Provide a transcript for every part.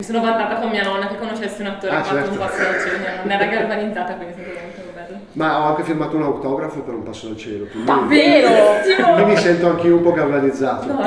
Mi sono vantata con mia nonna che conoscesse un attore che ha fatto un passo dal cielo, mia nonna era galvanizzata, quindi è stato molto bello. Ma ho anche firmato un autografo per un passo dal cielo. Davvero? Quindi mi sento anch'io un po' galvanizzato. No,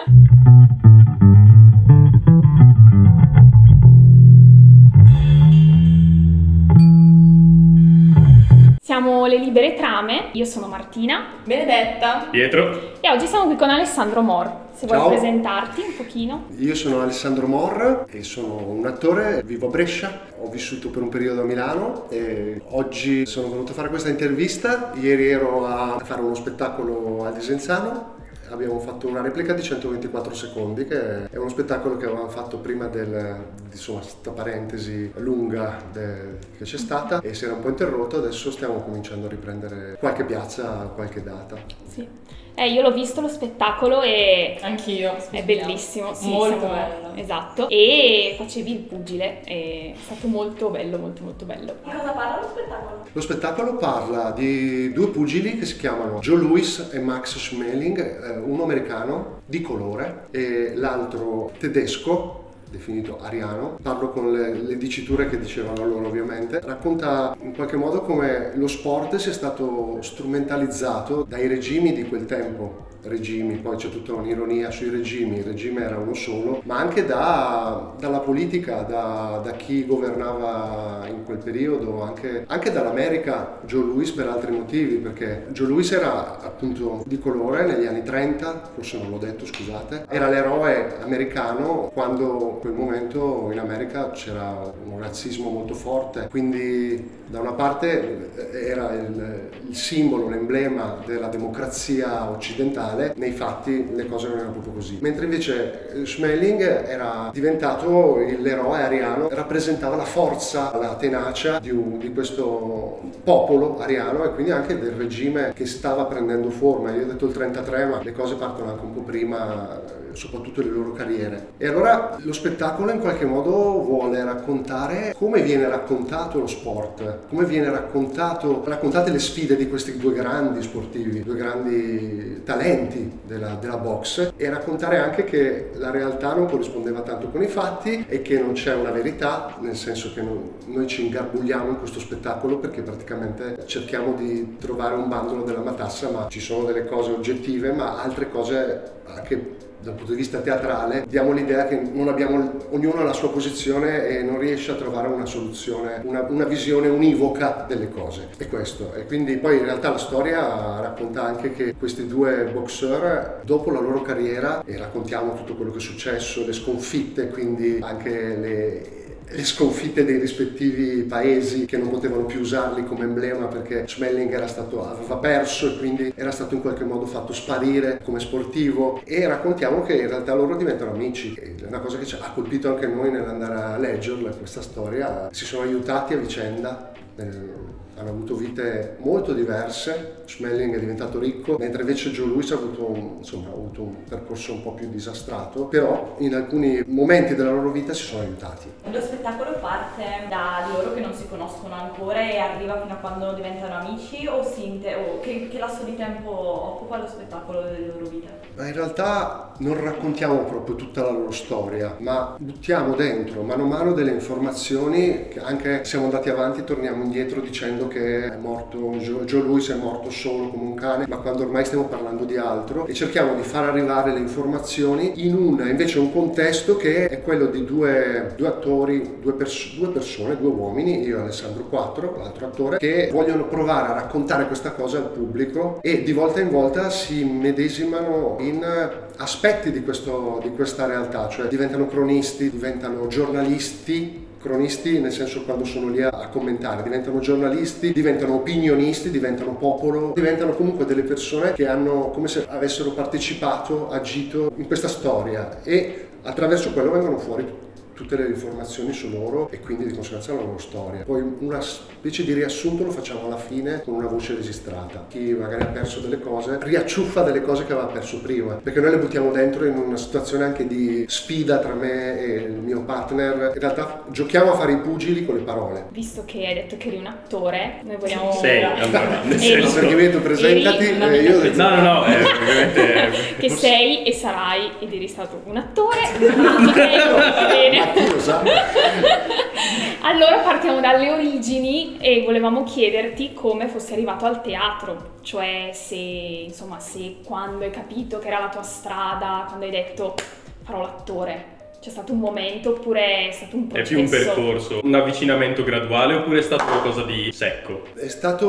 Siamo Le Libere Trame, io sono Martina, Benedetta, Pietro. e oggi siamo qui con Alessandro Mor. Se Ciao. vuoi presentarti un pochino. Io sono Alessandro Mor e sono un attore, vivo a Brescia, ho vissuto per un periodo a Milano e oggi sono venuto a fare questa intervista. Ieri ero a fare uno spettacolo a Desenzano. Abbiamo fatto una replica di 124 secondi, che è uno spettacolo che avevamo fatto prima insomma, questa parentesi lunga che c'è stata e si era un po' interrotto. Adesso stiamo cominciando a riprendere qualche piazza, qualche data. Sì. Io l'ho visto lo spettacolo e anch'io. è bellissimo, sì, molto bello. Esatto. E facevi il pugile, è stato molto bello, molto molto bello. Di cosa parla lo spettacolo? Lo spettacolo parla di due pugili che si chiamano Joe Louis e Max Schmeling, uno americano di colore e l'altro tedesco, definito ariano. Parlo con le diciture che dicevano loro, ovviamente. Racconta in qualche modo come lo sport sia stato strumentalizzato dai regimi di quel tempo. Regimi, poi c'è tutta un'ironia sui regimi, il regime era uno solo, ma anche dalla politica, da chi governava in quel periodo, anche dall'America. Joe Louis per altri motivi, perché Joe Louis era appunto di colore negli anni 30, forse non l'ho detto, scusate, era l'eroe americano quando in quel momento in America c'era un razzismo molto forte, quindi da una parte era il simbolo, l'emblema della democrazia occidentale. Nei fatti le cose non erano proprio così. Mentre invece Schmeling era diventato l'eroe ariano, rappresentava la forza, la tenacia di questo popolo ariano e quindi anche del regime che stava prendendo forma. Io ho detto il 33, ma le cose partono anche un po' prima, soprattutto le loro carriere. E allora lo spettacolo in qualche modo vuole raccontare come viene raccontato lo sport, come viene raccontate le sfide di questi due grandi sportivi, due grandi talenti della box, e raccontare anche che la realtà non corrispondeva tanto con i fatti e che non c'è una verità, nel senso che noi ci ingarbugliamo in questo spettacolo perché praticamente cerchiamo di trovare un bandolo della matassa, ma ci sono delle cose oggettive, ma altre cose anche dal punto di vista teatrale diamo l'idea che ognuno ha la sua posizione e non riesce a trovare una soluzione, una visione univoca delle cose. E questo. E quindi poi in realtà la storia racconta anche che questi due boxer, dopo la loro carriera, e raccontiamo tutto quello che è successo, le sconfitte, quindi anche le sconfitte dei rispettivi paesi che non potevano più usarli come emblema perché Schmeling aveva perso e quindi era stato in qualche modo fatto sparire come sportivo, e raccontiamo che in realtà loro diventano amici. È una cosa che ci ha colpito anche noi nell'andare a leggerla, questa storia. Si sono aiutati a vicenda, hanno avuto vite molto diverse. Schmeling è diventato ricco, mentre invece Joe Louis ha avuto un percorso un po' più disastrato, però in alcuni momenti della loro vita si sono aiutati. Lo spettacolo parte da loro che non si conoscono ancora e arriva fino a quando diventano amici, o che lasso di tempo occupa lo spettacolo delle loro vite? Ma in realtà non raccontiamo proprio tutta la loro storia, ma buttiamo dentro mano a mano delle informazioni che anche siamo andati avanti, torniamo indietro dicendo che è morto Joe Louis, è morto solo come un cane, ma quando ormai stiamo parlando di altro, e cerchiamo di far arrivare le informazioni in invece un contesto che è quello di due attori, due persone, due uomini, io e Alessandro Quattro, l'altro attore, che vogliono provare a raccontare questa cosa al pubblico e di volta in volta si medesimano in aspetti di questa realtà, cioè diventano cronisti, diventano giornalisti. Cronisti nel senso quando sono lì a commentare, diventano giornalisti, diventano opinionisti, diventano popolo, diventano comunque delle persone che hanno come se avessero partecipato, agito in questa storia, e attraverso quello vengono fuori tutte le informazioni su loro e quindi di conseguenza la loro storia. Poi una specie di riassunto lo facciamo alla fine con una voce registrata. Chi magari ha perso delle cose riacciuffa delle cose che aveva perso prima, perché noi le buttiamo dentro in una situazione anche di sfida tra me e il mio partner. In realtà giochiamo a fare i pugili con le parole. Visto che hai detto che eri un attore, noi vogliamo... Sei, allora, nel senso che vedo, presentati, io ho detto... No, ovviamente... Che sei e sarai ed eri stato un attore, tutto bene. chi lo sa. Allora partiamo dalle origini e volevamo chiederti come fossi arrivato al teatro, cioè se quando hai capito che era la tua strada, quando hai detto farò l'attore. C'è stato un momento oppure è stato un processo? È più un percorso, un avvicinamento graduale oppure è stato qualcosa di secco? È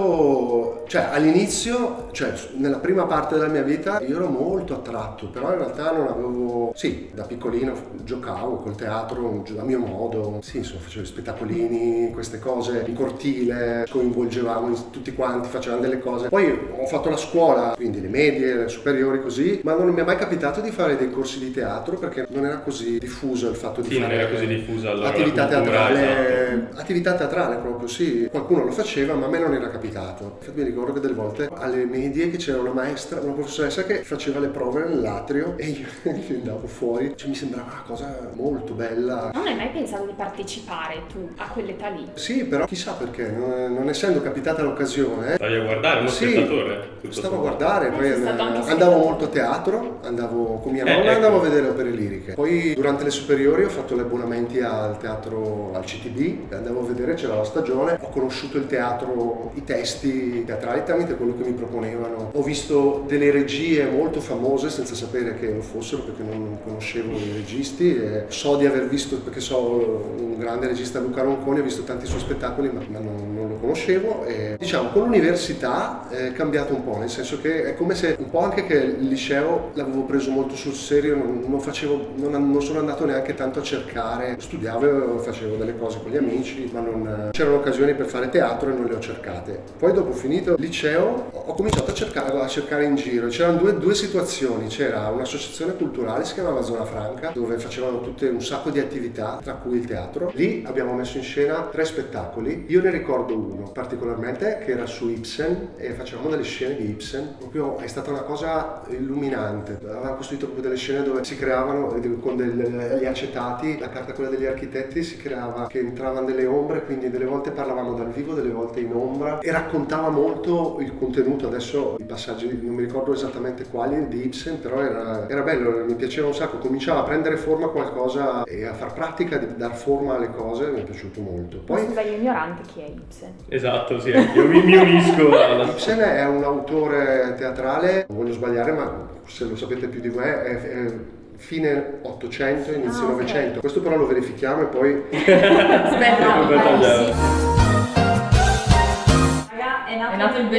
stato, all'inizio, nella prima parte della mia vita io ero molto attratto, però in realtà non avevo, da piccolino giocavo col teatro a mio modo, facevo gli spettacolini, queste cose in cortile, coinvolgevamo tutti quanti, facevamo delle cose. Poi ho fatto la scuola, quindi le medie, le superiori così, ma non mi è mai capitato di fare dei corsi di teatro perché non era così diffuso il fatto di fare non era così diffusa attività la cultura, teatrale, attività teatrale proprio, qualcuno lo faceva ma a me non era capitato. Infatti mi ricordo che delle volte alle medie che c'era una maestra, una professoressa che faceva le prove nell'atrio e io andavo fuori, mi sembrava una cosa molto bella. Non hai mai pensato di partecipare tu a quell'età lì? Sì, però chissà perché, non essendo capitata l'occasione. Stavi a guardare uno spettatore? Stavo a guardare, poi andavo molto a teatro, andavo con mia nonna, andavo a vedere opere liriche. Poi durante le superiori ho fatto gli abbonamenti al teatro, al CTB, andavo a vedere, c'era la stagione, ho conosciuto il teatro, i testi teatrali tramite quello che mi proponevano. Ho visto delle regie molto famose senza sapere che lo fossero perché non conoscevo i registi, e so di aver visto, perché so un grande regista, Luca Ronconi, ho visto tanti suoi spettacoli ma non lo conoscevo, e con l'università è cambiato un po', nel senso che è come se un po' anche che il liceo l'avevo preso molto sul serio, non sono andato neanche tanto a cercare, studiavo, facevo delle cose con gli amici, ma non c'erano occasioni per fare teatro e non le ho cercate. Poi dopo finito il liceo ho cominciato a cercare in giro. C'erano due situazioni, c'era un'associazione culturale, si chiamava Zona Franca, dove facevano tutte un sacco di attività, tra cui il teatro. Lì abbiamo messo in scena 3 spettacoli, io ne ricordo uno particolarmente che era su Ibsen e facevamo delle scene di Ibsen, proprio è stata una cosa illuminante. Avevamo costruito proprio delle scene dove si creavano con gli acetati, la carta quella degli architetti, si creava che entravano delle ombre, quindi delle volte parlavamo dal vivo, delle volte in ombra, e raccontava molto il contenuto. Adesso i passaggi non mi ricordo esattamente quali di Ibsen, però era bello, mi piaceva un sacco, cominciava a prendere forma qualcosa e a far pratica di dar forma alle cose, mi è piaciuto molto. Poi scusa, io ignorante, chi è Ibsen? Esatto, io mi unisco alla... Ibsen è un autore teatrale, non voglio sbagliare, ma se lo sapete più di me, è fine 800, inizio 900. Questo però lo verifichiamo e poi... È nato il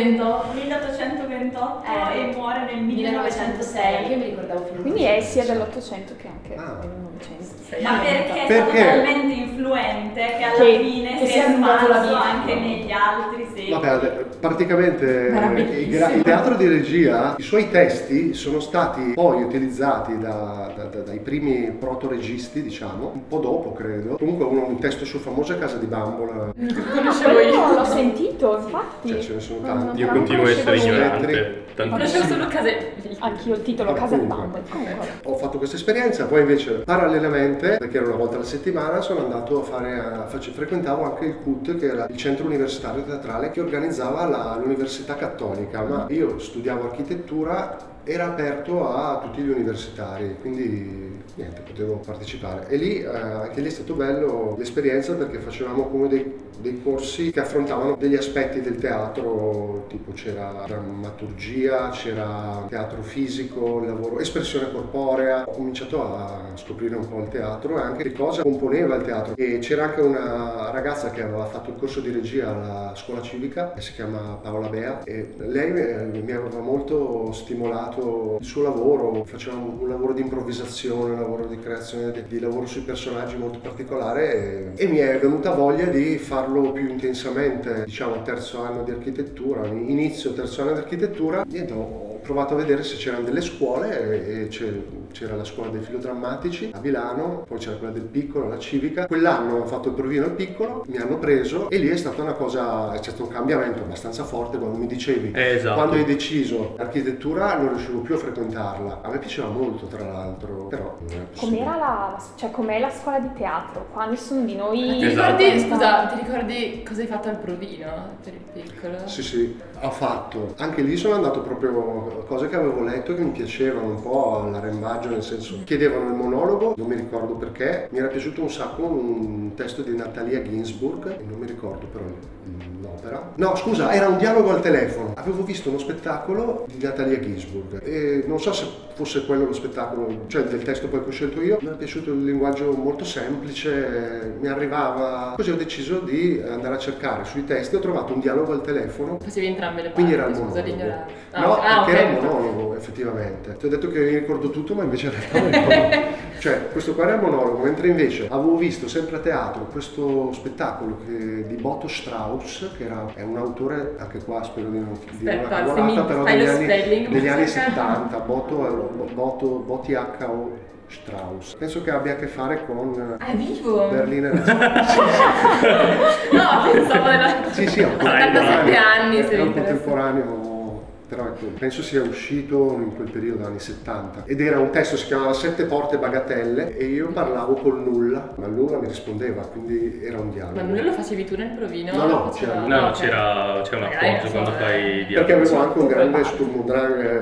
1828 e muore nel 1906. Io mi ricordavo fino Quindi è sia dell'Ottocento che anche del Novecento. Ma perché è stato talmente influente che alla fine si è espanso anche negli altri secoli. Vabbè, praticamente il teatro di regia, i suoi testi sono stati poi utilizzati dai primi proto-registi, diciamo, un po' dopo credo. Comunque un testo suo famoso è Casa di Bambola. conoscevo io. L'ho sentito, infatti. Ce ne sono tanti. Io continuo a essere ignorante. Conoscevo solo case. Anch'io il titolo Casa di Bambola. Ho fatto questa esperienza, poi invece parallelamente, perché era una volta alla settimana, sono andato frequentavo anche il CUT, che era il centro universitario teatrale che organizzava l'Università Cattolica, ma io studiavo architettura, era aperto a tutti gli universitari, quindi niente, potevo partecipare. E lì anche lì è stato bello l'esperienza, perché facevamo come dei corsi che affrontavano degli aspetti del teatro, tipo c'era drammaturgia, c'era teatro fisico, il lavoro, espressione corporea. Ho cominciato a scoprire un po' il teatro e anche che cosa componeva il teatro. E c'era anche una ragazza che aveva fatto il corso di regia alla scuola civica, che si chiama Paola Bea, e lei mi aveva molto stimolato il suo lavoro. Facevamo un lavoro di improvvisazione, un lavoro di creazione, di lavoro sui personaggi molto particolare, e mi è venuta voglia di farlo più intensamente, diciamo terzo anno di architettura, inizio terzo anno di architettura. Niente, ho provato a vedere se c'erano delle scuole, e c'era la scuola dei filodrammatici a Milano, poi c'era quella del piccolo, la civica. Quell'anno ho fatto il provino al piccolo, mi hanno preso, e lì è stata una cosa, è stato un cambiamento abbastanza forte. Quando mi dicevi, esatto, quando hai deciso architettura non riuscivo più a frequentarla. A me piaceva molto, tra l'altro, però non è possibile. Com'è la scuola di teatro? Qua nessuno di noi... Ti ricordi cosa hai fatto al provino per il piccolo? Sì, ho fatto. Anche lì sono andato proprio cose che avevo letto che mi piacevano un po' all'arrembaggio, nel senso chiedevano il monologo, non mi ricordo perché, mi era piaciuto un sacco un testo di Natalia Ginzburg, non mi ricordo però l'opera. No, scusa, era un dialogo al telefono. Avevo visto uno spettacolo di Natalia Ginzburg e non so se fosse quello lo spettacolo, cioè del testo poi che ho scelto io. Mi è piaciuto il linguaggio molto semplice, mi arrivava, così ho deciso di andare a cercare sui testi, ho trovato un dialogo al telefono. Facevi entrambe le parti, quindi era il scusa monologo. l'ignoranza. No, perché ok. era un monologo effettivamente. Ti ho detto che mi ricordo tutto, ma invece in realtà non ricordo. Cioè, questo qua era il monologo, mentre invece avevo visto sempre a teatro questo spettacolo di Boto Strauss, che è un autore, anche qua spero di non dire una Aspetta, cavolata, però fai lo degli spelling. anni 70, Botti H.O. Strauss. Penso che abbia a che fare con Ah, è vivo? Berliner. No, pensavo della... Sì, è un 77 anni, se è un vi interessa. contemporaneo, però ecco, penso sia uscito in quel periodo, anni 70. Ed era un testo, si chiamava Sette porte bagatelle, e io parlavo col nulla, ma il nulla mi rispondeva, quindi era un dialogo. Ma non lo facevi tu nel provino? No, Faceva- c'era- No, ok. c'è un Magari, appoggio non so, quando fai Perché dialogo. avevo anche un grande Super Sturm und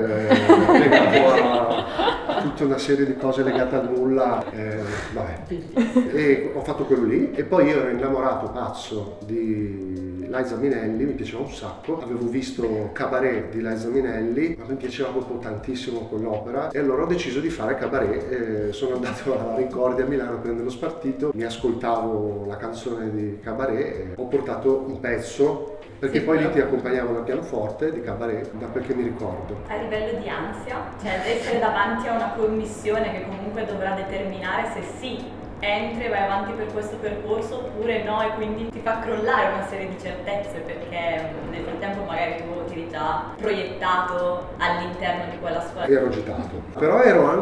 Drang legato a tutta una serie di cose legate al nulla, vabbè. Bellissimo. E ho fatto quello lì, e poi io ero innamorato pazzo di Liza Minnelli, mi piaceva un sacco, avevo visto Cabaret di Liza Minnelli, ma mi piaceva proprio tantissimo quell'opera, e allora ho deciso di fare Cabaret. Sono andato alla Ricordia a Milano a prendere lo spartito, mi ascoltavo la canzone di Cabaret e ho portato un pezzo, perché Sì, poi lì però- ti accompagnavano al pianoforte di Cabaret, da quel che mi ricordo. A livello di ansia, cioè essere davanti a una commissione che comunque dovrà determinare se sì, entri e vai avanti per questo percorso oppure no, e quindi ti fa crollare una serie di certezze, perché nel frattempo magari tu ti eri già proiettato all'interno di quella scuola. Ero agitato, però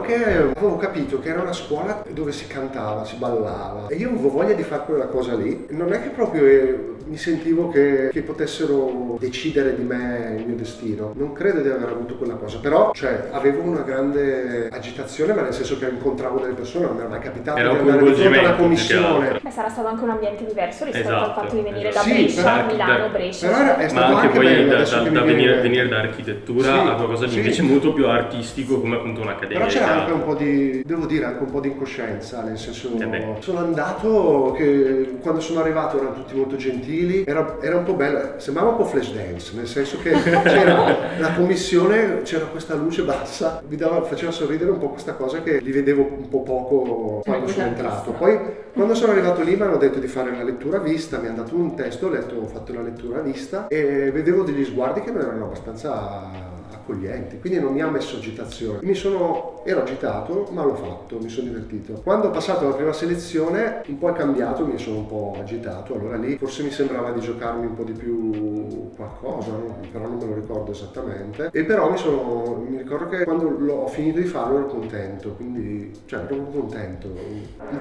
avevo capito che era una scuola dove si cantava, si ballava, e io avevo voglia di fare quella cosa lì. Non è che proprio mi sentivo che potessero decidere di me il mio destino, non credo di aver avuto quella cosa, però cioè avevo una grande agitazione, ma nel senso che incontravo delle persone, non mi era mai capitato Era di un andare di fronte a una coinvolgimento, commissione. più che Beh, sarà stato anche un ambiente diverso rispetto al Esatto, fatto di venire esatto. da Sì, Brescia, però- Milano, Brescia. però è Ma stato anche poi bello, da adesso che mi venire da architettura Sì, a qualcosa di sì. invece molto più artistico, come appunto un'accademia. Però di c'era anche teatro. un po' di, devo dire, anche un po' di incoscienza, nel senso, beh. sono andato che quando sono arrivato erano tutti molto gentili, era un po' bella, sembrava un po' Flashdance, nel senso che c'era la commissione, c'era questa luce bassa, faceva sorridere un po' questa cosa che li vedevo un po' poco quando sono entrato. Poi quando sono arrivato lì mi hanno detto di fare una lettura a vista, mi hanno dato un testo, ho fatto la lettura a vista e vedevo degli sguardi che non erano abbastanza accoglienti, quindi non mi ha messo agitazione. Ero agitato, ma l'ho fatto, mi sono divertito. Quando ho passato la prima selezione un po' è cambiato, mi sono un po' agitato, allora lì forse mi sembrava di giocarmi un po' di più qualcosa, no? Però non me lo ricordo esattamente. E però mi ricordo che quando ho finito di farlo ero contento, quindi ero proprio contento. Il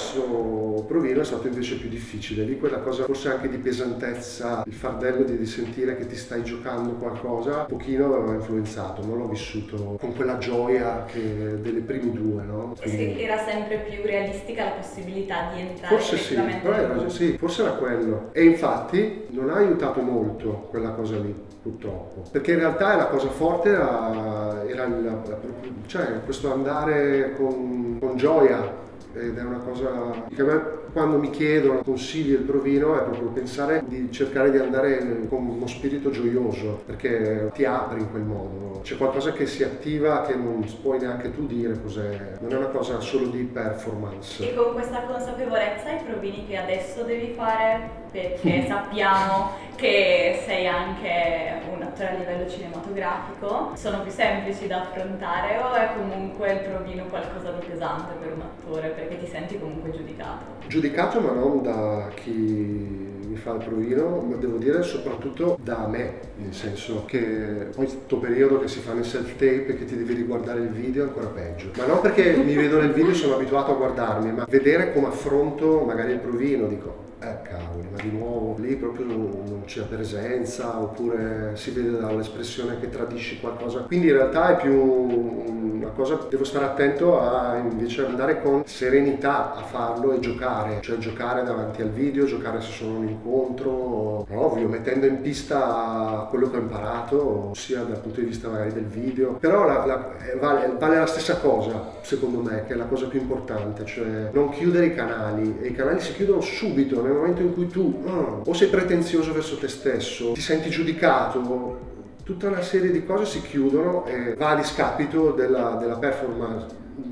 terzo provino è stato invece più difficile, lì quella cosa forse anche di pesantezza, il fardello di sentire che ti stai giocando qualcosa, un pochino aveva influenzato, non l'ho vissuto con quella gioia delle primi due, no? E se era sempre più realistica la possibilità di entrare Forse sì, effettivamente però nel gruppo. forse era quello. E infatti non ha aiutato molto quella cosa lì, purtroppo. Perché in realtà la cosa forte cioè questo andare con gioia. Ed è una cosa che a me, quando mi chiedono consigli del provino, è proprio pensare di cercare di andare con uno spirito gioioso, perché ti apri in quel modo. C'è qualcosa che si attiva che non puoi neanche tu dire cos'è, non è una cosa solo di performance. E con questa consapevolezza i provini che adesso devi fare, perché sappiamo che sei anche un attore a livello cinematografico, sono più semplici da affrontare o è comunque il provino qualcosa di pesante per un attore, perché ti senti comunque giudicato? Giudicato, ma non da chi mi fa il provino, ma devo dire soprattutto da me, nel senso che poi tutto periodo che si fa nel self-tape e che ti devi riguardare il video è ancora peggio. Ma non perché mi vedo nel video e sono abituato a guardarmi, ma vedere come affronto magari il provino, dico cavoli, ma di nuovo lì proprio non c'è presenza, oppure si vede dall'espressione che tradisci qualcosa. Quindi in realtà è più una cosa, devo stare attento a invece andare con serenità a farlo e giocare, cioè giocare davanti al video, giocare se sono in incontro, ovvio, mettendo in pista quello che ho imparato, sia dal punto di vista magari del video, però vale la stessa cosa, secondo me, che è la cosa più importante, cioè non chiudere i canali, e i canali si chiudono subito nel momento in cui tu o sei pretenzioso verso te stesso, ti senti giudicato, tutta una serie di cose si chiudono e va a discapito della performance,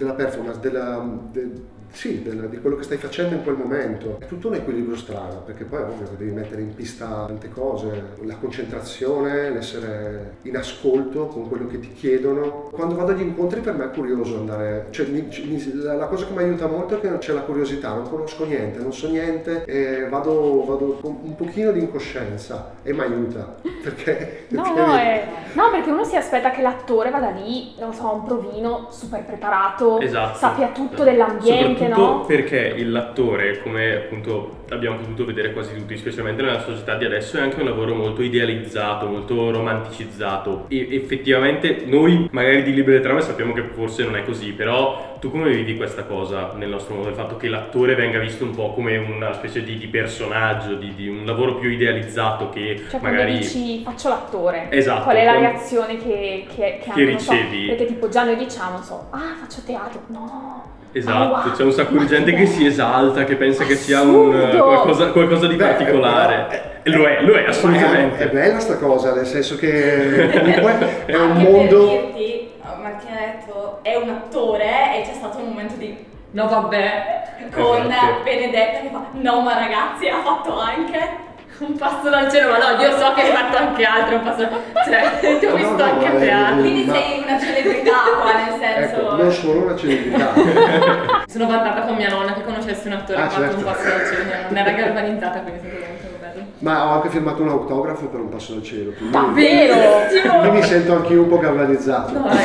di quello che stai facendo in quel momento. È tutto un equilibrio strano, perché poi è ovvio che devi mettere in pista tante cose, la concentrazione, l'essere in ascolto con quello che ti chiedono. Quando vado agli incontri per me è curioso andare, cioè la cosa che mi aiuta molto è che c'è la curiosità, non conosco niente, non so niente e vado con un pochino di incoscienza e mi aiuta, perché perché uno si aspetta che l'attore vada lì, non so, un provino super preparato, esatto, sappia tutto dell'ambiente. Soprattutto perché l'attore, come appunto abbiamo potuto vedere quasi tutti, specialmente nella società di adesso, è anche un lavoro molto idealizzato, molto romanticizzato, e effettivamente noi magari di Libere Trame sappiamo che forse non è così, però tu come vivi questa cosa nel nostro mondo, il fatto che l'attore venga visto un po' come una specie di personaggio, di un lavoro più idealizzato che cioè, magari... quando dici faccio l'attore, esatto, qual è la reazione che hanno, ricevi? Perché tipo già noi diciamo, faccio teatro, no. Esatto, wow, c'è un sacco di gente che si esalta, che pensa che sia qualcosa di particolare. E lo è assolutamente. È bella sta cosa, nel senso che comunque è un anche mondo... per dirti, Martina ha detto è un attore e c'è stato un momento di No vabbè. con Esatto. Benedetta che fa no ma ragazzi ha fatto anche Un passo dal cielo, ma no, io so che hai fatto anche altro, cioè ti ho visto anche a teatro. quindi sei una celebrità qua, nel senso Ecco, non sono una celebrità. Sono vantata con mia nonna che conoscesse un attore che ha fatto certo. un passo dal cielo, mia nonna era galvanizzata, quindi è stato molto bello. Ma ho anche firmato un autografo per un passo dal cielo. Quindi davvero? mi sento anche io un po' galvanizzato. No,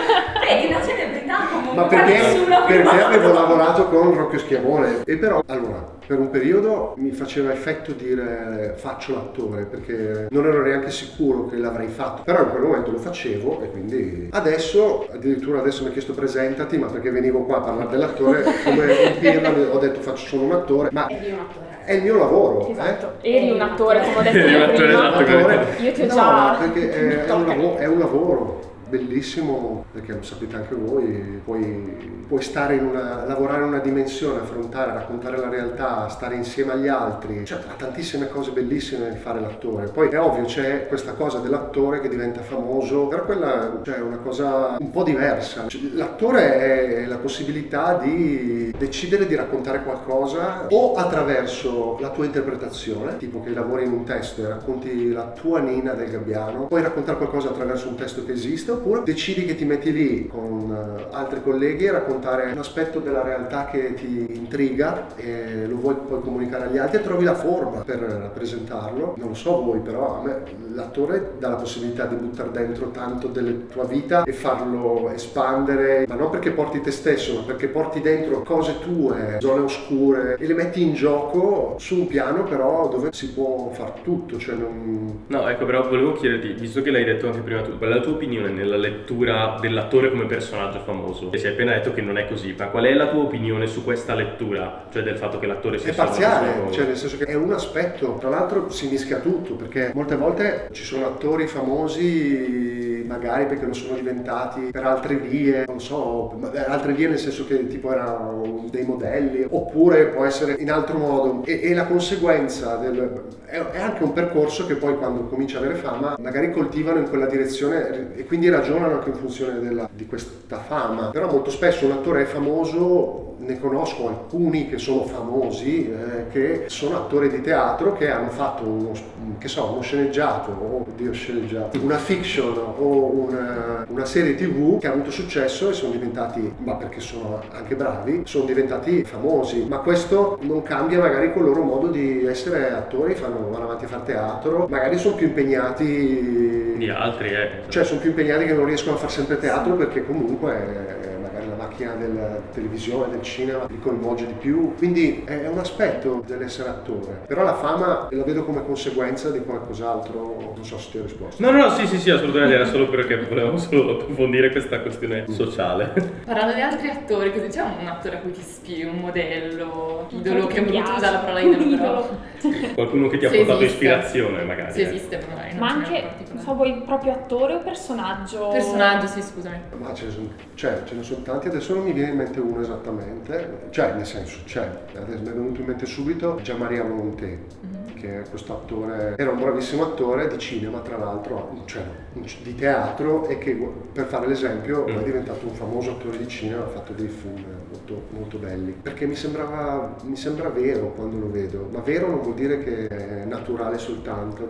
è una celebrità comunque. Ma perché avevo lavorato con Rocchio Schiavone, e però allora per un periodo mi faceva effetto dire faccio l'attore, perché non ero neanche sicuro che l'avrei fatto, però in quel momento lo facevo e quindi addirittura adesso mi ha chiesto presentati, ma perché venivo qua a parlare dell'attore come un pirla, ho detto faccio solo un attore, ma Eri un attore. è il mio lavoro. Esatto, eri un attore, come ho detto Eri un io attore, prima. esatto. Io ti ho No, già... perché è un lavoro bellissimo, perché lo sapete anche voi, puoi lavorare in una dimensione, affrontare, raccontare la realtà, stare insieme agli altri, cioè ha tantissime cose bellissime di fare l'attore. Poi è ovvio c'è questa cosa dell'attore che diventa famoso, però quella è una cosa un po' diversa. Cioè, l'attore è la possibilità di decidere di raccontare qualcosa o attraverso la tua interpretazione, tipo che lavori in un testo e racconti la tua Nina del Gabbiano, puoi raccontare qualcosa attraverso un testo che esiste, oppure decidi che ti metti lì con altri colleghi e raccontare un aspetto della realtà che ti intriga e lo vuoi poi comunicare agli altri e trovi la forma per rappresentarlo. Non lo so voi, però a me l'attore dà la possibilità di buttare dentro tanto della tua vita e farlo espandere, ma non perché porti te stesso, ma perché porti dentro cose tue, zone oscure, e le metti in gioco su un piano però dove si può far tutto, cioè non... No, ecco, però volevo chiederti, visto che l'hai detto anche prima tu, qual è la tua opinione nella lettura dell'attore come personaggio famoso? E ci hai appena detto che non è così, ma qual è la tua opinione su questa lettura? Cioè del fatto che l'attore sia È parziale, cioè nel senso che è un aspetto, tra l'altro si mischia tutto, perché molte volte ci sono attori famosi magari perché lo sono diventati per altre vie, non so, altre vie nel senso che tipo erano dei modelli, oppure può essere in altro modo, e la conseguenza è anche un percorso che poi quando comincia a avere fama magari coltivano in quella direzione e quindi ragionano anche in funzione di questa fama. Però molto spesso un attore è famoso, ne conosco alcuni che sono famosi, che sono attori di teatro che hanno fatto uno sceneggiato, una fiction o una serie TV che ha avuto successo e sono diventati, ma perché sono anche bravi, sono diventati famosi. Ma questo non cambia magari col loro modo di essere attori, vanno avanti a fare teatro, magari sono più impegnati di altri, cioè sono più impegnati che non riescono a fare sempre teatro perché comunque magari la macchina macchina della televisione, del cinema, li coinvolge di più, quindi è un aspetto dell'essere attore, però la fama la vedo come conseguenza di qualcos'altro. Non so se ti ho risposto. No, sì, assolutamente, era solo perché volevamo solo approfondire questa questione sociale. Parlando di altri attori, così c'è un attore a cui ti ispiri, un modello, idolo, che è brutto piace. usare la parola idolo, però Qualcuno che ti ha Se portato esiste. ispirazione magari. se esiste, però magari non Ma ce n'è anche, in non particolare. so, vuoi proprio attore o personaggio? Personaggio, sì, scusami. Ma ce ne sono tanti, adesso non mi viene in mente uno esattamente, cioè nel senso adesso mi è venuto in mente subito Gianmaria Volonté, che è questo attore, era un bravissimo attore di cinema tra l'altro, cioè di teatro, e che per fare l'esempio è diventato un famoso attore di cinema, ha fatto dei film molto, molto belli, perché mi sembra vero quando lo vedo, ma vero non vuol dire che è naturale soltanto,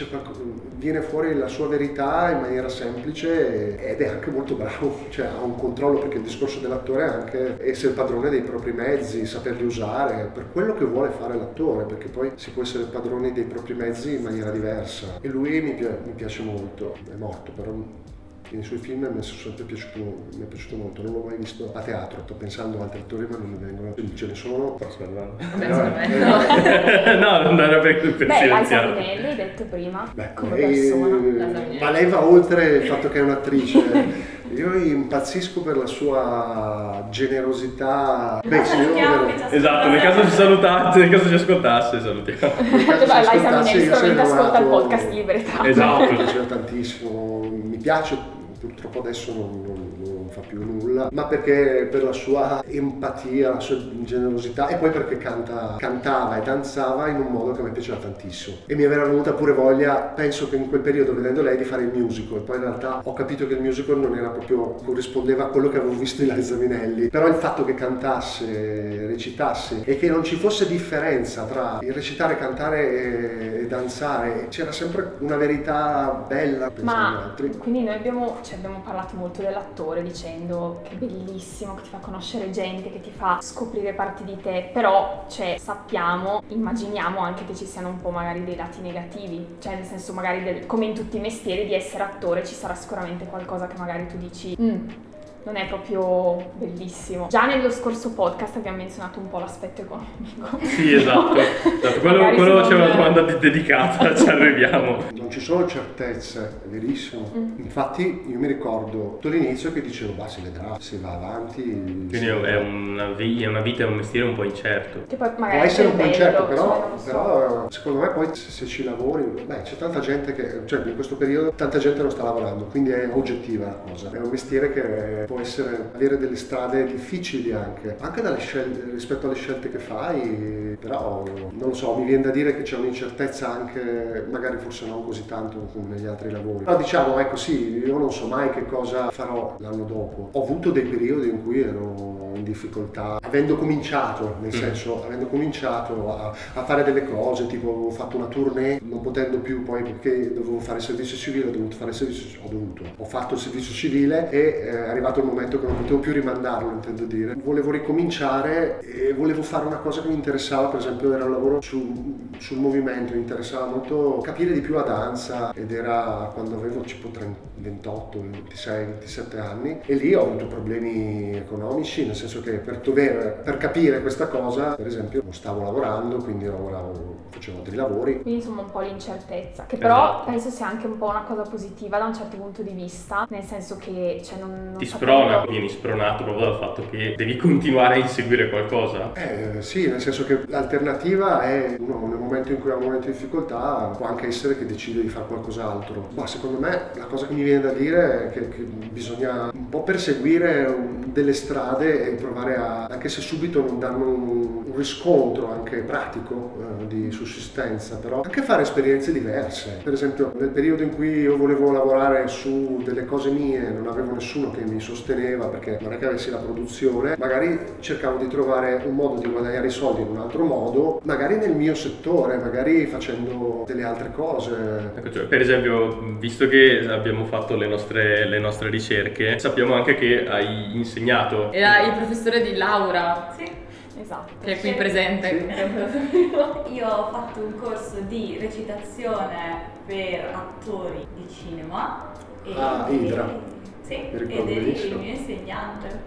viene fuori la sua verità in maniera semplice ed è anche molto bravo, cioè ha un controllo, perché il discorso dell'attore è anche essere padrone dei propri mezzi, saperli usare per quello che vuole fare l'attore, perché poi si può essere padroni dei propri mezzi in maniera diversa, e lui mi piace molto, è morto però nei suoi film mi è sempre piaciuto molto, non l'ho mai visto a teatro, sto pensando a altri attori ma non mi vengono, ce ne sono. Vabbè, secondo me no. No, non era per Beh, Liza silenziare. Minnelli, hai detto prima, Beh, come lei- persona. ma lei va oltre il fatto che è un'attrice. Io impazzisco per la sua generosità. Beh, sì, io Salutiamo vero- che ci Esatto, nel caso ci salutasse, nel caso ci ascoltasse, salutiamo. nel caso Vai, ci Liza ascoltassi, Minnelli io sicuramente sarei ascolta il innamorato- podcast di Libertà. Esatto. Mi piaceva tantissimo, mi piace, purtroppo adesso non fa più nulla, ma perché per la sua empatia, la sua generosità, e poi perché cantava e danzava in un modo che mi piaceva tantissimo, e mi era venuta pure voglia, penso che in quel periodo, vedendo lei, di fare il musical. Poi in realtà ho capito che il musical non era proprio, corrispondeva a quello che avevo visto in Liza Minnelli, però il fatto che cantasse, recitasse e che non ci fosse differenza tra il recitare, cantare e danzare, c'era sempre una verità bella. Ma quindi noi abbiamo parlato molto dell'attore dicendo che è bellissimo, che ti fa conoscere gente, che ti fa scoprire parti di te, però sappiamo, immaginiamo anche che ci siano un po' magari dei lati negativi, cioè nel senso magari come in tutti i mestieri di essere attore ci sarà sicuramente qualcosa che magari tu dici non è proprio bellissimo. Già nello scorso podcast abbiamo menzionato un po' l'aspetto economico. Sì, esatto. Magari Quello se c'è non- una domanda dedicata, ci arriviamo. Non ci sono certezze, è verissimo. Infatti io mi ricordo tutto l'inizio che dicevo, si vedrà, se va avanti. Quindi è una vita, è un mestiere un po' incerto. Che poi Può magari essere un po' bello, incerto, cioè, però, non lo so. però secondo me poi se ci lavori, c'è tanta gente che, cioè in questo periodo tanta gente non sta lavorando, quindi è oggettiva la cosa. È un mestiere che può avere delle strade difficili anche dalle scelte, rispetto alle scelte che fai, però non lo so, mi viene da dire che c'è un'incertezza anche, magari forse non così tanto come negli altri lavori. Però diciamo, ecco sì, io non so mai che cosa farò l'anno dopo. Ho avuto dei periodi in cui ero in difficoltà, avendo cominciato, nel senso, avendo cominciato a fare delle cose, tipo ho fatto una tournée, non potendo più poi perché dovevo fare il servizio civile, ho fatto il servizio civile e è arrivato il momento che non potevo più rimandarlo, intendo dire. Volevo ricominciare e volevo fare una cosa che mi interessava, per esempio era un lavoro sul movimento, mi interessava molto capire di più la danza, ed era quando avevo tipo 28, 26, 27 anni, e lì ho avuto problemi economici, nel senso che per capire questa cosa, per esempio, non stavo lavorando, quindi facevo altri lavori. Quindi insomma un po' l'incertezza, che però Esatto. penso sia anche un po' una cosa positiva da un certo punto di vista, nel senso che non Ti sapendo- sprona, vieni spronato proprio dal fatto che devi continuare a inseguire qualcosa. Sì, nel senso che l'alternativa è uno nel momento in cui ha un momento di difficoltà può anche essere che decide di fare qualcos'altro. Ma secondo me la cosa che mi viene da dire è che bisogna un po' perseguire delle strade e provare anche se subito non danno un riscontro anche pratico di sussistenza, però anche fare esperienze diverse. Per esempio nel periodo in cui io volevo lavorare su delle cose mie, non avevo nessuno che mi sosteneva perché non è che avessi la produzione, magari cercavo di trovare un modo di guadagnare i soldi in un altro modo, magari nel mio settore, magari facendo delle altre cose. Ecco, cioè, per esempio, visto che abbiamo fatto le nostre ricerche, sappiamo anche che hai insegnato. Era il professore di Laura, Sì. Esatto. che è qui presente. Io ho fatto un corso di recitazione per attori di cinema e Idra. sì, Mi ricordo ed eri il benissimo. mio insegnante.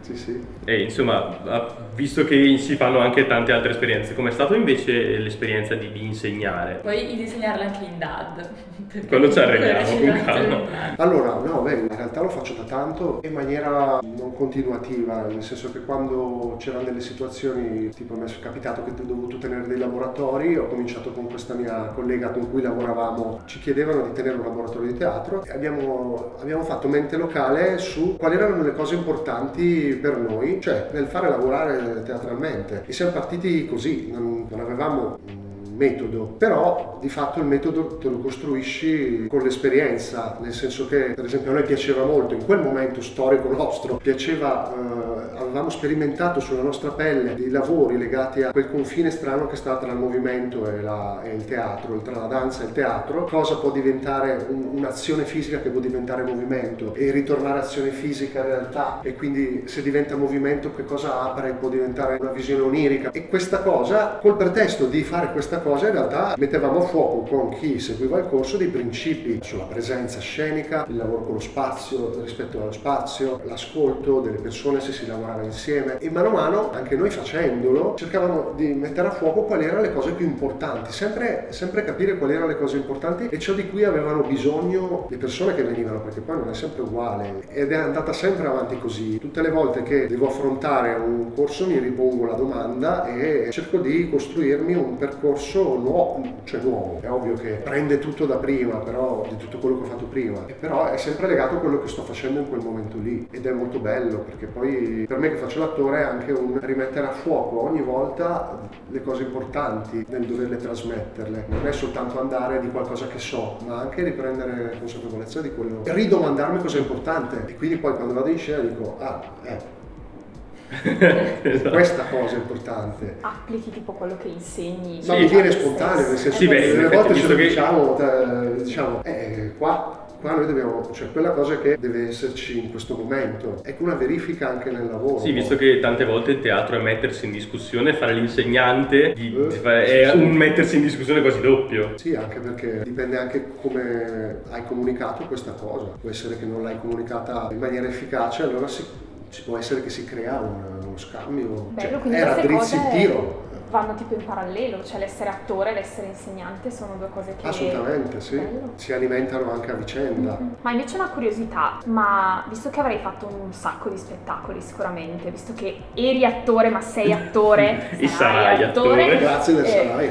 Sì. E insomma, visto che si fanno anche tante altre esperienze, com'è stato invece l'esperienza di insegnare? Poi di disegnarla anche in DAD. Quando ci arriviamo, con calma. Allora, no, in realtà lo faccio da tanto in maniera non continuativa, nel senso che quando c'erano delle situazioni, tipo mi è capitato che ho dovuto tenere dei laboratori, ho cominciato con questa mia collega con cui lavoravamo, ci chiedevano di tenere un laboratorio di teatro e abbiamo fatto mente locale su quali erano le cose importanti per noi, cioè nel fare lavorare teatralmente. E siamo partiti così, non avevamo metodo, però di fatto il metodo te lo costruisci con l'esperienza, nel senso che per esempio a noi piaceva molto, in quel momento storico nostro, avevamo sperimentato sulla nostra pelle dei lavori legati a quel confine strano che sta tra il movimento e il teatro, tra la danza e il teatro, cosa può diventare un'azione fisica che può diventare movimento e ritornare azione fisica in realtà, e quindi se diventa movimento che cosa apre, può diventare una visione onirica, e questa cosa, col pretesto di fare questa cosa, in realtà mettevamo a fuoco con chi seguiva il corso dei principi sulla presenza scenica, il lavoro con lo spazio, rispetto allo spazio, l'ascolto delle persone se si lavorava insieme, e mano a mano anche noi facendolo cercavamo di mettere a fuoco quali erano le cose più importanti, sempre capire quali erano le cose importanti e ciò di cui avevano bisogno le persone che venivano, perché poi non è sempre uguale, ed è andata sempre avanti così. Tutte le volte che devo affrontare un corso mi ripongo la domanda e cerco di costruirmi un percorso nuovo. È ovvio che prende tutto da prima, però di tutto quello che ho fatto prima, e però è sempre legato a quello che sto facendo in quel momento lì, ed è molto bello, perché poi per me che faccio l'attore è anche un rimettere a fuoco ogni volta le cose importanti nel doverle trasmetterle, non è soltanto andare di qualcosa che so, ma anche riprendere consapevolezza di quello, e ridomandarmi cosa è importante, e quindi poi quando vado in scena dico Esatto. Questa cosa è importante. Applichi tipo quello che insegni. Ma mi viene spontaneo, nel senso che delle volte ce lo diciamo qua noi dobbiamo, cioè quella cosa che deve esserci in questo momento, è una verifica anche nel lavoro. Sì, visto che tante volte il teatro è mettersi in discussione, fare l'insegnante è un mettersi in discussione quasi doppio. Sì, anche perché dipende anche come hai comunicato questa cosa, può essere che non l'hai comunicata in maniera efficace, allora ci può essere che si crea uno scambio. Bello, cioè, era drizzo il tiro. Vanno tipo in parallelo, cioè l'essere attore e l'essere insegnante sono due cose che... Assolutamente, sì. Bello. Si alimentano anche a vicenda. Ma invece una curiosità, ma visto che avrei fatto un sacco di spettacoli sicuramente, visto che eri attore ma sei attore, E sarai attore. Grazie del sarai.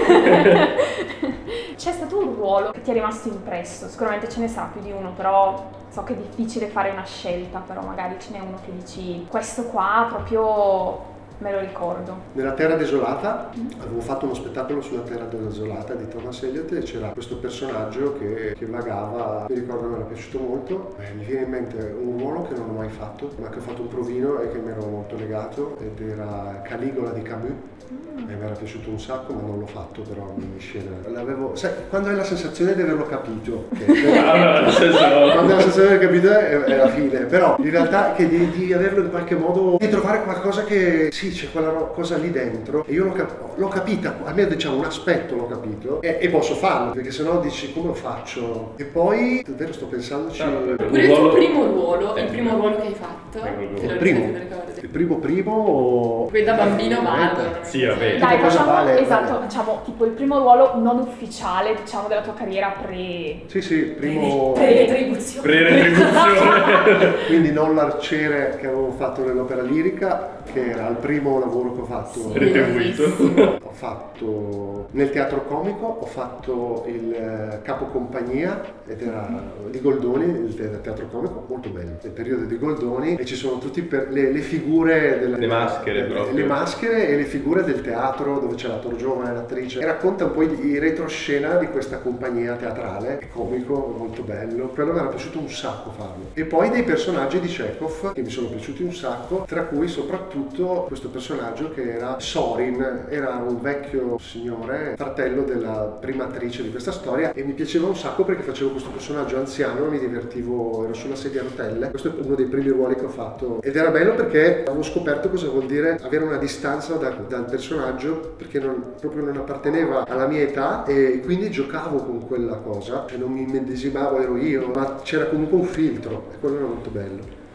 C'è stato un ruolo che ti è rimasto impresso, sicuramente ce ne sarà più di uno, però so che è difficile fare una scelta, però magari ce n'è uno che dici questo qua proprio me lo ricordo. Nella Terra Desolata, avevo fatto uno spettacolo sulla Terra Desolata di Thomas Elliott, e c'era questo personaggio che vagava, mi ricordo, mi era piaciuto molto. Mi viene in mente un ruolo che non ho mai fatto, ma che ho fatto un provino e che mi ero molto legato, ed era Caligola di Camus. E mi era piaciuto un sacco, ma non l'ho fatto però in scena. Sai, quando hai la sensazione di averlo capito, quando hai la sensazione di aver capito è la fine, però in realtà che di averlo in qualche modo, di trovare qualcosa che sì, c'è quella cosa lì dentro, e io l'ho capita, almeno diciamo un aspetto l'ho capito, e posso farlo, perché sennò dici come lo faccio, e poi davvero sto pensandoci. Oppure il tuo primo ruolo, il primo ruolo che hai fatto, te lo ricordi? Il primo Quello da bambino vado. Sì, vabbè. Dai, facciamo, vale. facciamo tipo il primo ruolo non ufficiale, diciamo, della tua carriera pre... Sì, primo... Pre-retribuzione. Quindi non l'arciere che avevo fatto nell'opera lirica, che era il primo lavoro che ho fatto. Retribuito. Ho fatto nel teatro comico, ho fatto il capocompagnia, ed era di Goldoni, il teatro comico, molto bello, il periodo di Goldoni, e ci sono tutti le figure le maschere proprio. Le maschere e le figure del teatro, dove c'è l'attore giovane, l'attrice, e racconta un po' i retroscena di questa compagnia teatrale, è comico, molto bello, quello mi era piaciuto un sacco farlo. E poi dei personaggi di Chekhov che mi sono piaciuti un sacco, tra cui soprattutto questo personaggio che era Sorin, era un vecchio signore, fratello della prima attrice di questa storia, e mi piaceva un sacco perché facevo questo personaggio anziano, mi divertivo, ero sulla sedia a rotelle. Questo è uno dei primi ruoli che ho fatto, ed era bello perché avevo scoperto cosa vuol dire avere una distanza dal personaggio, perché proprio non apparteneva alla mia età, e quindi giocavo con quella cosa, cioè non mi immedesimavo, ero io, ma c'era comunque un filtro, e quello era molto bello.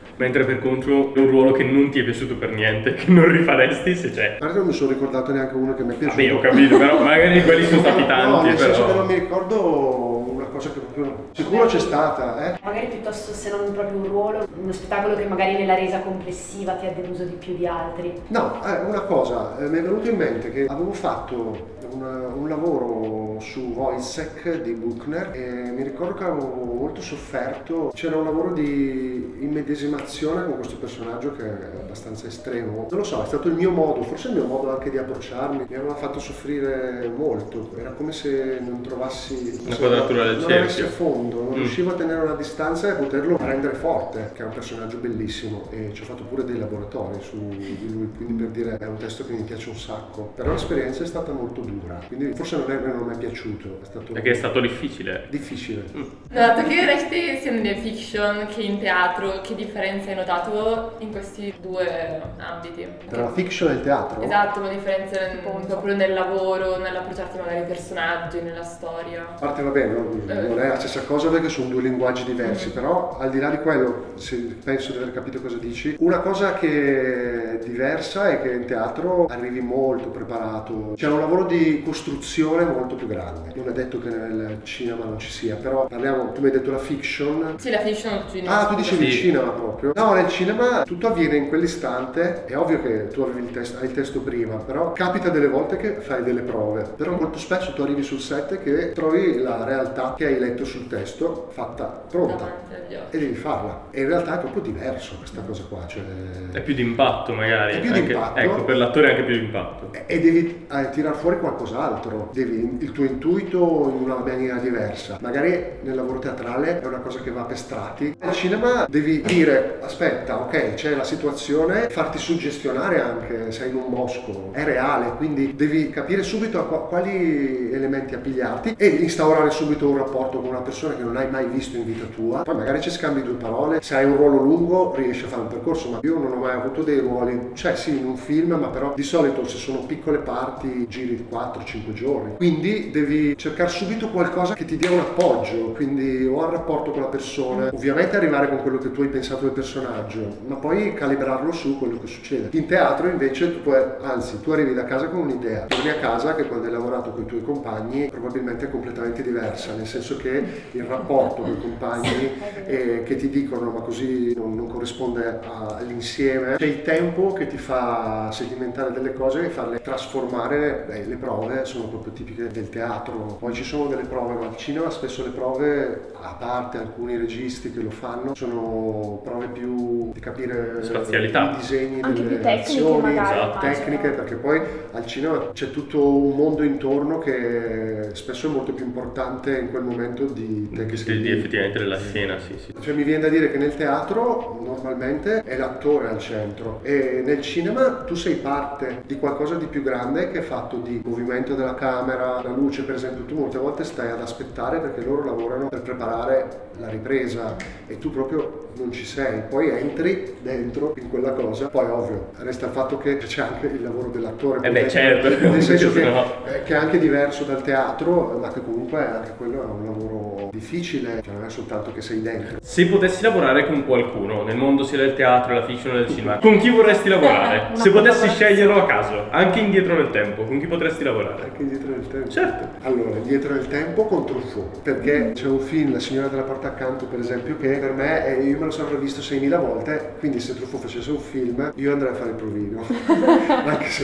Mentre per contro è un ruolo che non ti è piaciuto per niente, che non rifaresti se c'è. Guarda, non mi sono ricordato neanche uno che mi è piaciuto. Vabbè, ho capito, però magari quelli sono stati tanti. No, nel però... senso che non mi ricordo una cosa che proprio... Sicuro c'è stata, Magari piuttosto, se non proprio un ruolo, uno spettacolo che magari nella resa complessiva ti ha deluso di più di altri. No, una cosa, mi è venuto in mente che avevo fatto un lavoro su Wojciech di Buchner e mi ricordo che avevo molto sofferto. C'era un lavoro di immedesimazione con questo personaggio che è abbastanza estremo. Non lo so, è stato il mio modo, forse il mio modo anche di approcciarmi. Mi aveva fatto soffrire molto. Era come se non trovassi la quadratura del cerchio. Non avessi a fondo, non riuscivo a tenere una distanza e poterlo rendere forte, che è un personaggio bellissimo. E ci ho fatto pure dei laboratori su di lui, quindi per dire è un testo che mi piace un sacco. Però l'esperienza è stata molto dura, quindi forse non mi è piaciuto. È stato perché è stato difficile. Difficile. Dato che resti sia nelle fiction che in teatro, che differenza hai notato in questi due ambiti? Tra la fiction e il teatro? Esatto, ma differenza proprio nel lavoro, nell'approcciarti magari ai personaggi, nella storia. A parte va bene, non è la stessa cosa perché sono due linguaggi diversi, però al di là di quello, penso di aver capito cosa dici, una cosa che è diversa è che in teatro arrivi molto preparato, c'è un lavoro di costruzione molto più grande. Non è detto che nel cinema non ci sia, però parliamo, tu mi hai detto la fiction. Sì, la fiction al cinema. Ah, tu dicevi il cinema proprio. No, nel cinema tutto avviene in quell'istante, è ovvio che tu avevi hai il testo prima, però capita delle volte che fai delle prove, però molto spesso tu arrivi sul set che trovi la realtà che hai letto sul testo fatta pronta e devi farla, e in realtà è proprio diverso questa cosa qua, cioè è più d'impatto magari, è più anche, d'impatto, ecco, per l'attore è anche più d'impatto e devi tirar fuori qualcos'altro, devi il tuo intuito in una maniera diversa. Magari nel lavoro teatrale è una cosa che va per strati, nel cinema devi dire aspetta, ok, c'è la situazione, farti suggestionare anche, sei in un bosco, è reale, quindi devi capire subito a quali elementi appigliarti e instaurare subito un rapporto con una persona che non hai mai visto in vita tua. Poi magari ci scambi due parole, se hai un ruolo lungo riesci a fare un percorso, ma io non ho mai avuto dei ruoli, cioè sì, in un film, ma però di solito se sono piccole parti giri di 4-5 giorni, quindi devi cercare subito qualcosa che ti dia un appoggio, quindi o al rapporto con la persona, ovviamente arrivare con quello che tu hai pensato del personaggio, ma poi calibrarlo su quello che succede. In teatro invece tu puoi, anzi tu arrivi da casa con un'idea, torni a casa che quando hai lavorato con i tuoi compagni probabilmente è completamente diversa, nel senso che il rapporto con i compagni che ti dicono ma così non corrisponde all'insieme, c'è il tempo che ti fa sedimentare delle cose e farle trasformare. Le prove sono proprio tipiche del teatro, poi ci sono delle prove, ma al cinema spesso le prove, a parte alcuni registi che lo fanno, sono prove più di capire spazialità, i disegni anche delle più tecniche azioni, magari, tecniche, perché poi al cinema c'è tutto un mondo intorno che spesso è molto più importante in quel momento di effettivamente della scena, sì. Cioè mi viene da dire che nel teatro normalmente è l'attore al centro e nel cinema tu sei parte di qualcosa di più grande che è fatto di movimento della camera, la luce per esempio, tu molte volte stai ad aspettare perché loro lavorano per preparare la ripresa e tu proprio non ci sei, poi entri dentro in quella cosa, poi ovvio resta il fatto che c'è anche il lavoro dell'attore, certo, nel senso che, no. Che è anche diverso dal teatro, ma che comunque anche quello è un lavoro difficile, cioè non è soltanto che sei dentro. Se potessi lavorare con qualcuno nel mondo sia del teatro, della fiction e del cinema, con chi vorresti lavorare? Se potessi sceglierlo a caso, anche indietro nel tempo, con chi potresti lavorare? Anche indietro nel tempo? Certo. Allora, indietro nel tempo con Truffaut, perché c'è un film, La signora della porta accanto per esempio, che per me, io me lo sono rivisto 6.000 volte, quindi se Truffaut facesse un film io andrei a fare il provino, anche se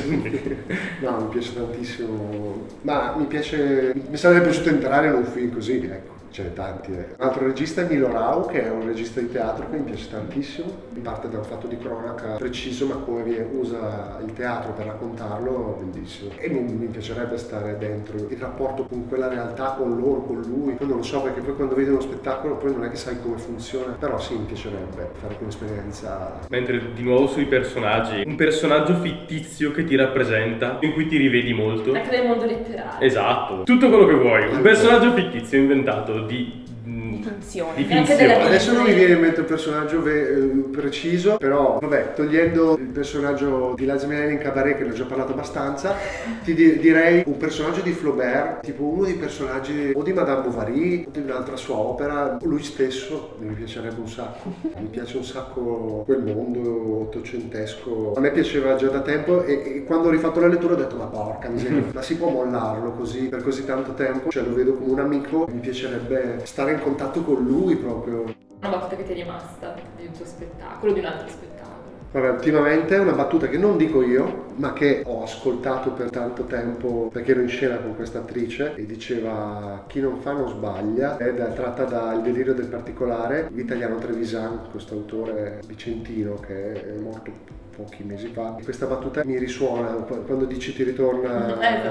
no, mi piace tantissimo, ma mi sarebbe piaciuto entrare in un film così, ecco. Ce ne tanti. Un altro regista è Milo Rau, che è un regista di teatro che mi piace tantissimo, parte da un fatto di cronaca preciso, ma come usa il teatro per raccontarlo, bellissimo. E mi piacerebbe stare dentro il rapporto con quella realtà, con loro, con lui. Poi non lo so, perché poi quando vedi uno spettacolo poi non è che sai come funziona, però sì, mi piacerebbe fare quell'esperienza. Mentre di nuovo sui personaggi, un personaggio fittizio che ti rappresenta, in cui ti rivedi molto. Anche nel mondo letterario. Esatto, tutto quello che vuoi, un personaggio fittizio inventato di di finzione. Di Anche finzione. della- Adesso non mi viene in mente un personaggio preciso, però vabbè, togliendo il personaggio di Liza Minnelli in Cabaret, che ne ho già parlato abbastanza, ti direi un personaggio di Flaubert, tipo uno dei personaggi o di Madame Bovary o di un'altra sua opera, lui stesso, mi piacerebbe un sacco. Mi piace un sacco quel mondo ottocentesco. A me piaceva già da tempo e quando ho rifatto la lettura ho detto ma porca miseria, ma si può mollarlo così per così tanto tempo? Cioè lo vedo come un amico, mi piacerebbe stare in contatto con lui proprio. Una battuta che ti è rimasta di un tuo spettacolo, di un altro spettacolo. Vabbè, ultimamente è una battuta che non dico io, ma che ho ascoltato per tanto tempo perché ero in scena con questa attrice e diceva chi non fa non sbaglia, è tratta da Il delirio del particolare, Vitaliano Trevisan, questo autore vicentino che è morto pochi mesi fa. Questa battuta mi risuona quando dici ti ritorna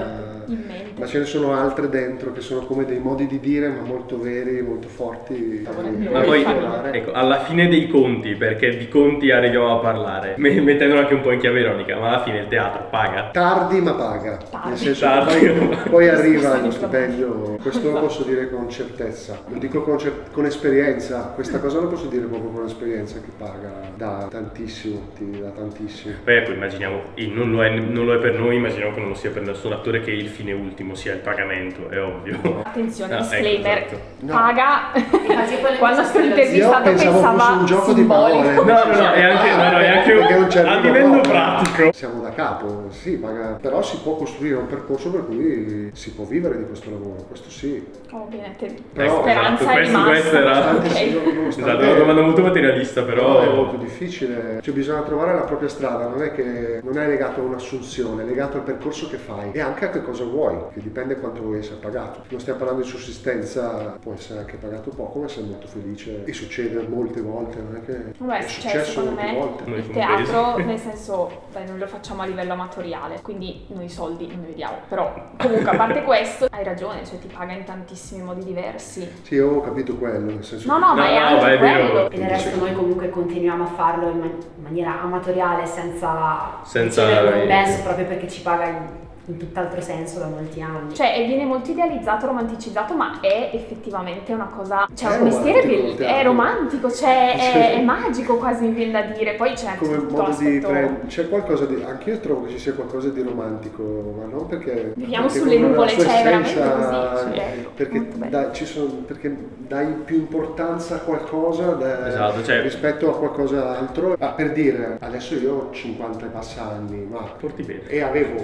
in mente. ma ce ne sono altre dentro che sono come dei modi di dire ma molto veri, molto forti. Ma poi, ecco, alla fine dei conti, perché di conti arriviamo a parlare, mettendolo anche un po' in chiave ironica, ma alla fine il teatro paga. Tardi ma paga, Tardi. nel senso Tardi. che poi arriva Scusami, lo stipendio, questo lo posso dire con certezza, lo dico con esperienza, questa cosa lo posso dire proprio con esperienza che paga da tantissimo, ti dà tantissimo. Poi ecco, immaginiamo, e non lo è per noi, immaginiamo che non lo sia per nessun attore, che il fine ultimo sia il pagamento, è ovvio. Attenzione, No, disclaimer, ecco, No. paga. Infatti quelle Quando sto cose- intervistato Io pensavo pensava fosse un gioco di simbolico. parole. No, è anche Perché non c'è a arrivo livello proprio. pratico. Siamo da capo, sì, paga, però si può costruire un percorso per cui si può vivere di questo lavoro, questo sì. Ovviamente, Però, speranza è esatto, rimasta. questa era- Nonostante ok. nonostante- Esatto, è una domanda molto materialista, Però è però molto difficile, cioè bisogna trovare la propria strada, non è legato a un'assunzione, è legato al percorso che fai e anche a che cosa vuoi, che dipende quanto vuoi essere pagato. Non stiamo parlando di sussistenza, può essere anche pagato poco, ma sei molto felice e succede molte volte, non è che Vabbè, è cioè, successo secondo molte me volte. Noi il compresi. teatro, nel senso, noi lo facciamo a livello amatoriale, quindi noi i soldi non ne vediamo, però comunque a parte questo hai ragione, cioè ti paga in tantissimi modi diversi. Sì, io ho capito quello, nel senso No, che- no, ma è No, anche è vero. quello. E del resto noi comunque continuiamo a farlo in maniera amatoriale senza Senza- ricevere un compenso, proprio perché ci paga in tutt'altro senso da molti anni. Cioè viene molto idealizzato, romanticizzato, ma è effettivamente una cosa, cioè È un mestiere romantico il teatro. è romantico, cioè Sì. è magico quasi mi viene da dire, poi c'è come tutto modo di l'aspetto. c'è qualcosa di anche io trovo che ci sia qualcosa di romantico, ma non perché Viviamo perché sulle come nuvole, la sua cioè, veramente essenza, così, sì, bello, perché molto bello. perché dai più importanza a qualcosa Esatto, cioè- rispetto a qualcos'altro. Per dire, adesso io ho 50 e passa anni, ma porti bene. e avevo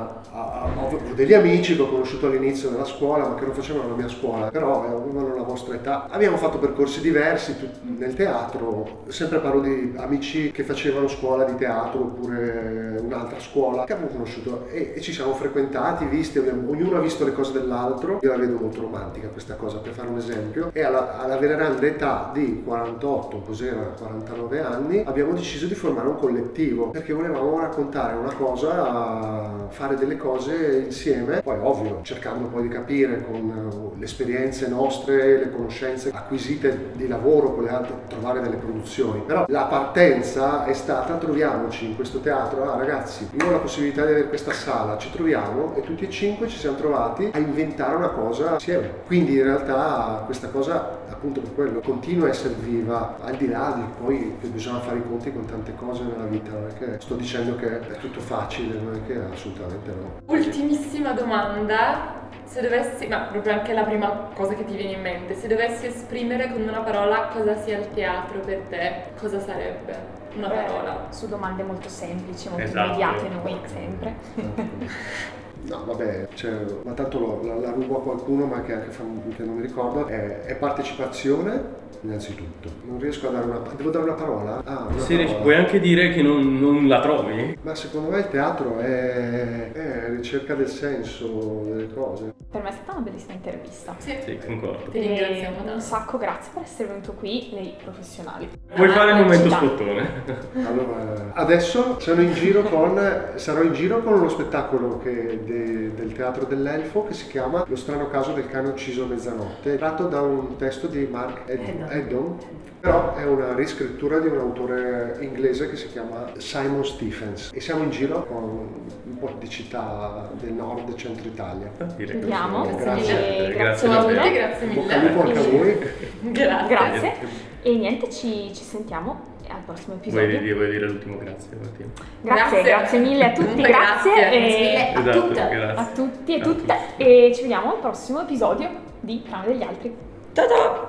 ho degli amici che ho conosciuto all'inizio della scuola ma che non facevano la mia scuola, però avevano la vostra età, abbiamo fatto percorsi diversi nel teatro, sempre parlo di amici che facevano scuola di teatro oppure un'altra scuola che avevo conosciuto e ci siamo frequentati, visti, ognuno ha visto le cose dell'altro. Io la vedo molto romantica questa cosa, per fare un esempio, e alla veneranda età di 48, cos'era, 49 anni, abbiamo deciso di formare un collettivo perché volevamo raccontare una cosa, fare delle cose insieme, poi ovvio cercando poi di capire con le esperienze nostre, le conoscenze acquisite di lavoro con le altre, trovare delle produzioni. Però la partenza è stata: troviamoci in questo teatro, ragazzi, io ho la possibilità di avere questa sala, ci troviamo, e tutti e 5 ci siamo trovati a inventare una cosa assieme. Quindi in realtà questa cosa, appunto per quello, continua a essere viva, al di là di poi che bisogna fare i conti con tante cose nella vita. Non è che sto dicendo che è tutto facile, non è che assolutamente no. Ultimissima domanda, se dovessi, ma proprio anche la prima cosa che ti viene in mente, se dovessi esprimere con una parola cosa sia il teatro per te, cosa sarebbe? Una parola. Su domande molto semplici, molto Esatto. immediate noi sempre. No, vabbè, cioè, ma tanto la rubo a qualcuno, ma che anche che non mi ricordo. È partecipazione, innanzitutto. Non riesco a dare devo dare una parola? Una Se parola. puoi anche dire che non la trovi? Ma secondo me il teatro è ricerca del senso delle cose. Per me è stata una bellissima intervista. Sì, concordo. Ti ringraziamo Un tanto. sacco, grazie per essere venuto qui, nei professionali. Vuoi fare il momento Città. spottone? Allora, adesso sarò in giro con uno spettacolo che del teatro dell'elfo che si chiama Lo strano caso del cane ucciso a mezzanotte, tratto da un testo di Mark Eddon, però è una riscrittura di un autore inglese che si chiama Simon Stephens, e siamo in giro con un po' di città del nord e centro Italia. Chiudiamo. Grazie. Grazie a mille. tutti, grazie Bocca al lupo mille. anche a voi. Grazie. E niente, ci sentiamo al prossimo episodio. Vuoi dire l'ultimo grazie, Martina? Grazie mille a tutti, Comunque grazie grazie. a Esatto, tutte, grazie. a tutti e tutte, e ci vediamo al prossimo episodio di Trame degli altri. Ciao ciao!